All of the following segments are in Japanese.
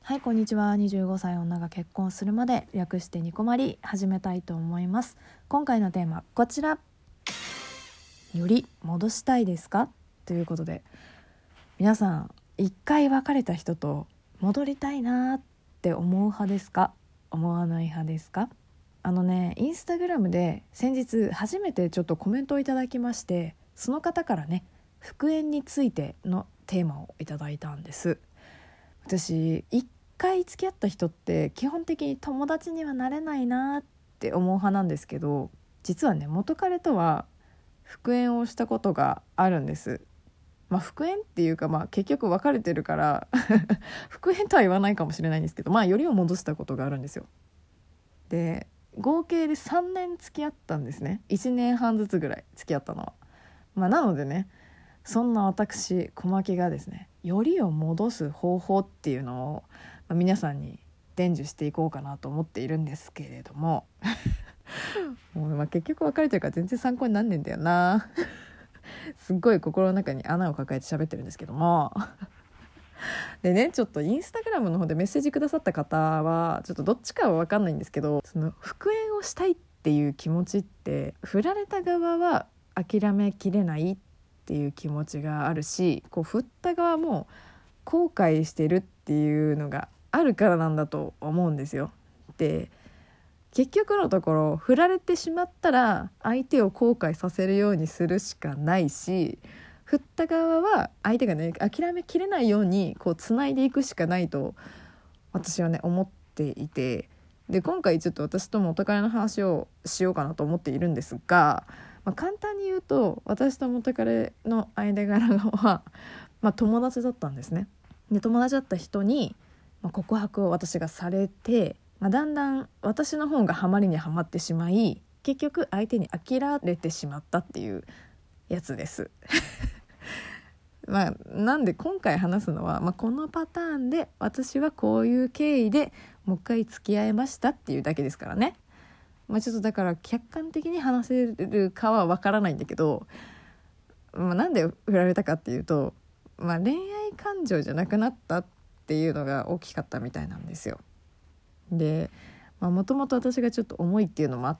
はい、こんにちは。25歳女が結婚するまで略してニコマリ始めたいと思います。今回のテーマこちら。より戻したいですかということで、皆さん一回別れた人と戻りたいなって思う派ですか、思わない派ですか？インスタグラムで先日初めてちょっとコメントをいただきまして、その方からね、復縁についてのテーマをいただいたんです。私一回付き合った人って基本的に友達にはなれないなって思う派なんですけど、実はね、元彼とは復縁をしたことがあるんです。復縁っていうか、結局別れてるから復縁とは言わないかもしれないんですけど、よりを戻したことがあるんですよ。で、合計で3年付き合ったんですね。1年半ずつぐらい付き合ったのは。なのでね、そんな私小牧がですね、よりを戻す方法っていうのを、皆さんに伝授していこうかなと思っているんですけれどももう、結局別れてるから全然参考になんねんだよなすっごい心の中に穴を抱えて喋ってるんですけどもでね、ちょっとインスタグラムの方でメッセージくださった方はちょっとどっちかは分かんないんですけど、その復縁をしたいっていう気持ちって、振られた側は諦めきれないっていう気持ちがあるし、振った側も後悔してるっていうのがあるからなんだと思うんですよ。で、結局のところ振られてしまったら相手を後悔させるようにするしかないし、振った側は相手がね、諦めきれないようにつないでいくしかないと私はね思っていて、で今回ちょっと私とも元彼の話をしようかなと思っているんですが、簡単に言うと、私と元彼の間柄は、友達だったんですね。で、友達だった人に、告白を私がされて、だんだん私の方がハマりにはまってしまい、結局相手に飽きられてしまったっていうやつですなんで今回話すのは、このパターンで私はこういう経緯でもう一回付き合いましたっていうだけですからね。ちょっとだから客観的に話せるかはわからないんだけど、なんで振られたかっていうと、恋愛感情じゃなくなったっていうのが大きかったみたいなんですよ。で、もともと私がちょっと重いっていうのもあって、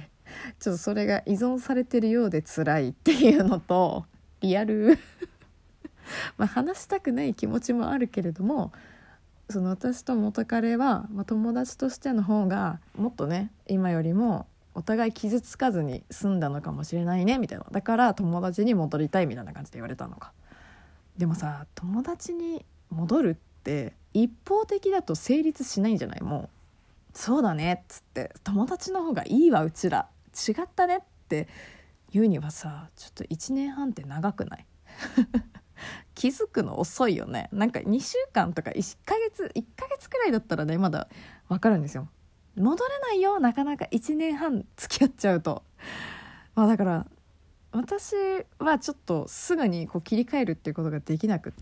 ちょっとそれが依存されてるようで辛いっていうのと、リアル話したくない気持ちもあるけれども、その私と元彼は、友達としての方がもっとね、今よりもお互い傷つかずに済んだのかもしれないねみたいな、だから友達に戻りたいみたいな感じで言われたのか。でもさ、友達に戻るって一方的だと成立しないんじゃない？もうそうだねっつって、友達の方がいいわうちら違ったねって言うにはさ、ちょっと1年半って長くない？気づくの遅いよね。なんか2週間とか1ヶ月くらいだったらね、まだ分かるんですよ。戻れないよ、なかなか1年半付き合っちゃうと。だから私はちょっとすぐに切り替えるっていうことができなくって、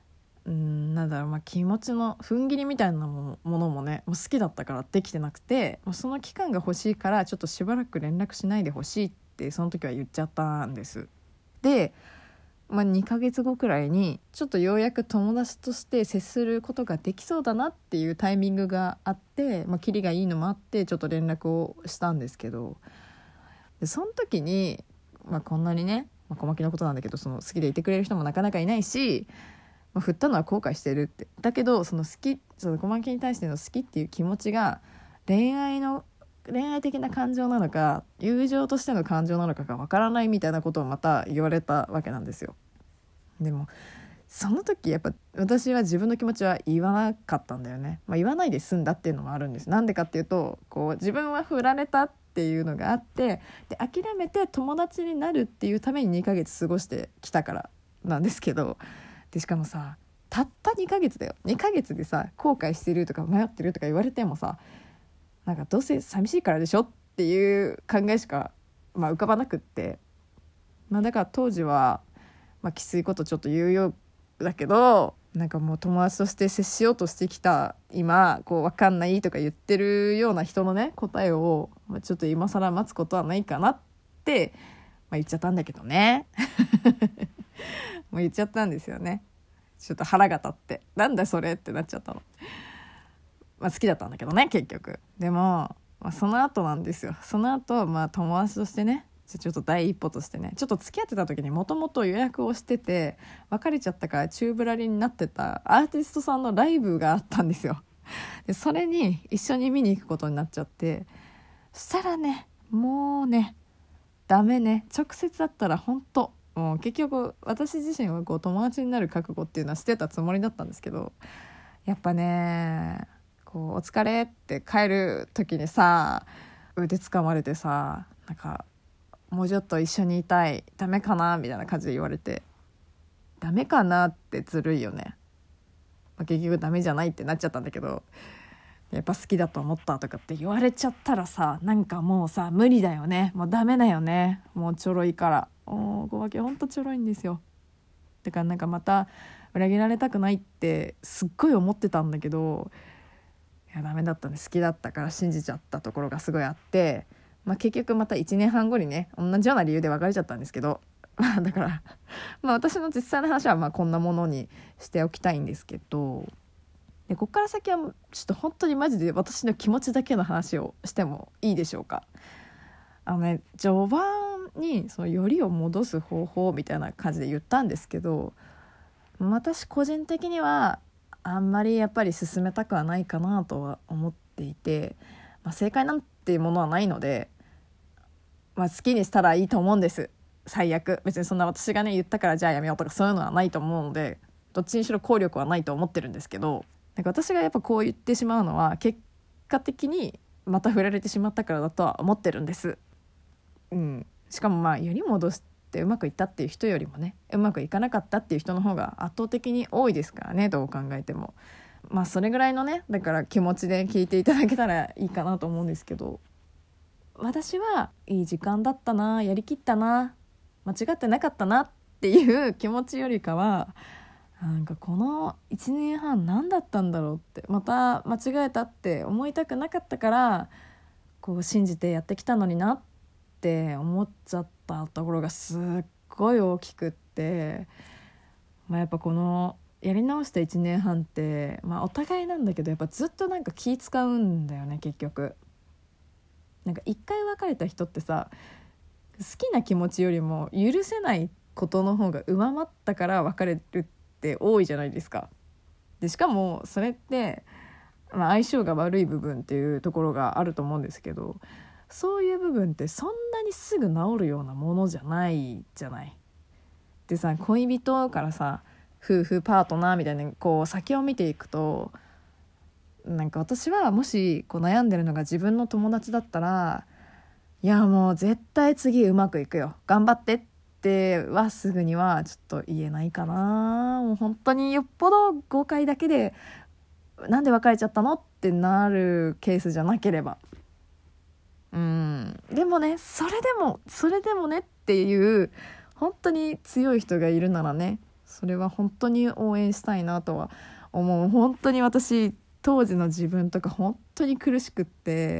気持ちの踏ん切りみたいなものもね、もう好きだったからできてなくて、その期間が欲しいからちょっとしばらく連絡しないでほしいってその時は言っちゃったんです。で、2ヶ月後くらいにちょっとようやく友達として接することができそうだなっていうタイミングがあって、キリがいいのもあってちょっと連絡をしたんですけど、でその時に、こんなにね、小牧のことなんだけど、その好きでいてくれる人もなかなかいないし、振ったのは後悔してるって。だけどその小牧に対しての好きっていう気持ちが恋愛的な感情なのか友情としての感情なのかがわからないみたいなことをまた言われたわけなんですよ。でもその時やっぱ私は自分の気持ちは言わなかったんだよね。言わないで済んだっていうのもあるんです。なんでかっていうと、自分は振られたっていうのがあって、で諦めて友達になるっていうために2ヶ月過ごしてきたからなんですけど、でしかもさ、たった2ヶ月だよ。2ヶ月でさ、後悔してるとか迷ってるとか言われてもさ、どうせ寂しいからでしょっていう考えしか、浮かばなくって、だから当時は、きついことちょっと言うようだけど、もう友達として接しようとしてきた今、分かんないとか言ってるような人のね答えを、ちょっと今更待つことはないかなって、言っちゃったんだけどねもう言っちゃったんですよね。 ちょっと腹が立って、なんだそれってなっちゃったの。好きだったんだけどね結局。でも、その後なんですよ。その後、友達としてね、ちょっと第一歩としてね、ちょっと付き合ってた時にもともと予約をしてて、別れちゃったから宙ぶらりんになってたアーティストさんのライブがあったんですよ。でそれに一緒に見に行くことになっちゃって、そしたらね、もうねダメね。直接だったら本当もう結局私自身は友達になる覚悟っていうのはしてたつもりだったんですけど、やっぱねお疲れって帰る時にさ、腕掴まれてさ、もうちょっと一緒にいたい、ダメかなみたいな感じで言われて、ダメかなってずるいよね。結局ダメじゃないってなっちゃったんだけど、やっぱ好きだと思ったとかって言われちゃったらさ、もうさ無理だよね。もうダメだよね。もうちょろいから、小分けほんとちょろいんですよ。だからまた裏切られたくないってすっごい思ってたんだけど、いやダメだったね。好きだったから信じちゃったところがすごいあって、結局また1年半後にね同じような理由で別れちゃったんですけど、だから私の実際の話はこんなものにしておきたいんですけど、でこっから先はちょっと本当にマジで私の気持ちだけの話をしてもいいでしょうか。序盤にそのよりを戻す方法みたいな感じで言ったんですけど、私個人的にはあんまりやっぱり進めたくはないかなとは思っていて、正解なんていうものはないので、好きにしたらいいと思うんです。最悪別にそんな私がね言ったからじゃあやめようとかそういうのはないと思うので、どっちにしろ効力はないと思ってるんですけど、私がやっぱこう言ってしまうのは結果的にまた振られてしまったからだとは思ってるんです。しかもより戻してうまくいったっていう人よりもね、うまくいかなかったっていう人の方が圧倒的に多いですからね、どう考えても。それぐらいのね、だから気持ちで聞いていただけたらいいかなと思うんですけど、私はいい時間だったな、やりきったな、間違ってなかったなっていう気持ちよりかは、この1年半何だったんだろうって、また間違えたって思いたくなかったから信じてやってきたのになって思っちゃったところがすっごい大きくって、やっぱこのやり直した1年半って、お互いなんだけどやっぱずっと気使うんだよね。結局一回別れた人ってさ、好きな気持ちよりも許せないことの方が上回ったから別れるって多いじゃないですか。でしかもそれって、相性が悪い部分っていうところがあると思うんですけど、そういう部分ってそんなにすぐ治るようなものじゃないじゃない。でさ、恋人からさ夫婦パートナーみたいな先を見ていくと、私はもし悩んでるのが自分の友達だったら、いやもう絶対次うまくいくよ、頑張ってってはすぐにはちょっと言えないかな。もう本当によっぽど誤解だけでなんで別れちゃったのってなるケースじゃなければ、でもね、それでもねっていう本当に強い人がいるならね、それは本当に応援したいなとは思う。本当に私当時の自分とか本当に苦しくって、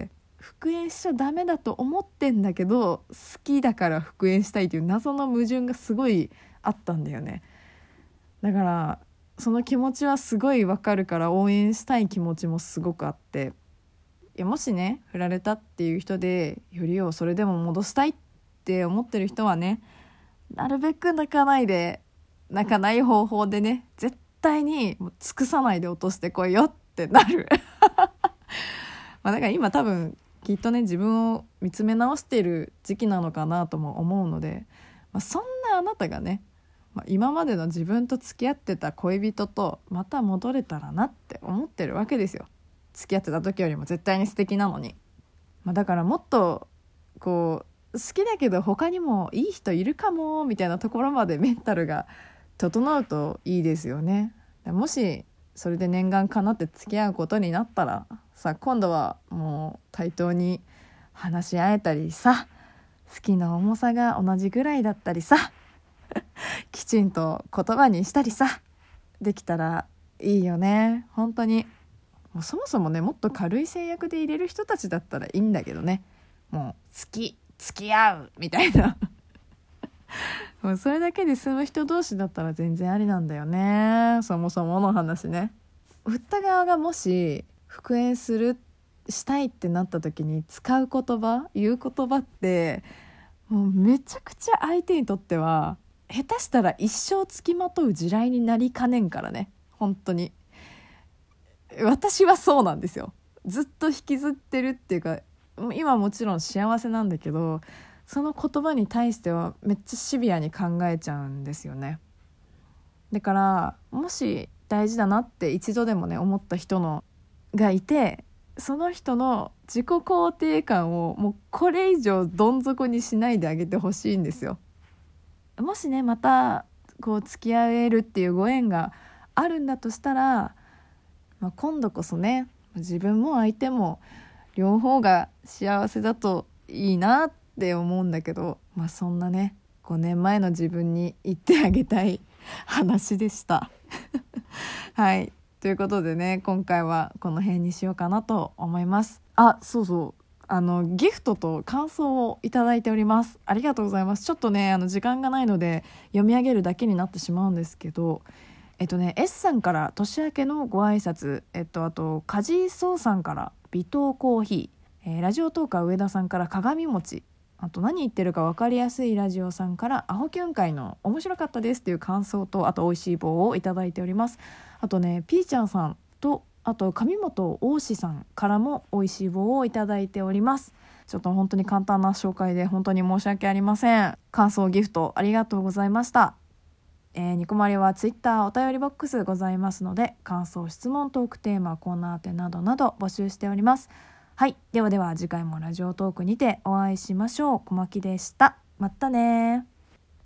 復縁しちゃダメだと思ってんだけど好きだから復縁したいという謎の矛盾がすごいあったんだよね。だからその気持ちはすごいわかるから、応援したい気持ちもすごくあって、いやもしね振られたっていう人でよりをそれでも戻したいって思ってる人はね、なるべく泣かない方法でね、絶対にもう尽くさないで落としてこいよってなるだから今多分きっとね自分を見つめ直している時期なのかなとも思うので、そんなあなたがね、今までの自分と付き合ってた恋人とまた戻れたらなって思ってるわけですよ。付き合ってた時よりも絶対に素敵なのに、だからもっと好きだけど他にもいい人いるかもみたいなところまでメンタルが整うといいですよね。もしそれで念願かなって付き合うことになったらさ、今度はもう対等に話し合えたりさ、好きな重さが同じぐらいだったりさきちんと言葉にしたりさできたらいいよね。本当にもうそもそもね、もっと軽い制約で入れる人たちだったらいいんだけどね、もう付き合うみたいなもうそれだけで済む人同士だったら全然ありなんだよね。そもそもの話ね。振った側がもし復縁したいってなった時に使う言う言葉ってもうめちゃくちゃ相手にとっては下手したら一生つきまとう地雷になりかねんからね。本当に私はそうなんですよ。ずっと引きずってるっていうか、今もちろん幸せなんだけど、その言葉に対してはめっちゃシビアに考えちゃうんですよね。だからもし大事だなって一度でもね思った人がいて、その人の自己肯定感をもうこれ以上どん底にしないであげてほしいんですよ。もしねまたこう付き合えるっていうご縁があるんだとしたら、今度こそね自分も相手も両方が幸せだといいなって思うんだけど、そんなね5年前の自分に言ってあげたい話でしたはい、ということでね今回はこの辺にしようかなと思います。そうそう、ギフトと感想をいただいております。ありがとうございます。ちょっとね時間がないので読み上げるだけになってしまうんですけど、S さんから年明けのご挨拶、あと梶壮さんから微糖コーヒー、ラジオトーカー上田さんから鏡餅、あと何言ってるか分かりやすいラジオさんからアホキュン会の面白かったですっていう感想と、あと美味しい棒をいただいております。あとねピーちゃんさんとあと上本大志さんからも美味しい棒をいただいております。ちょっと本当に簡単な紹介で本当に申し訳ありません。感想ギフトありがとうございました。ニコマリはツイッターお便りボックスございますので、感想質問トークテーマコーナー宛てなどなど募集しております。はい、ではでは次回もラジオトークにてお会いしましょう。小牧でした。またね。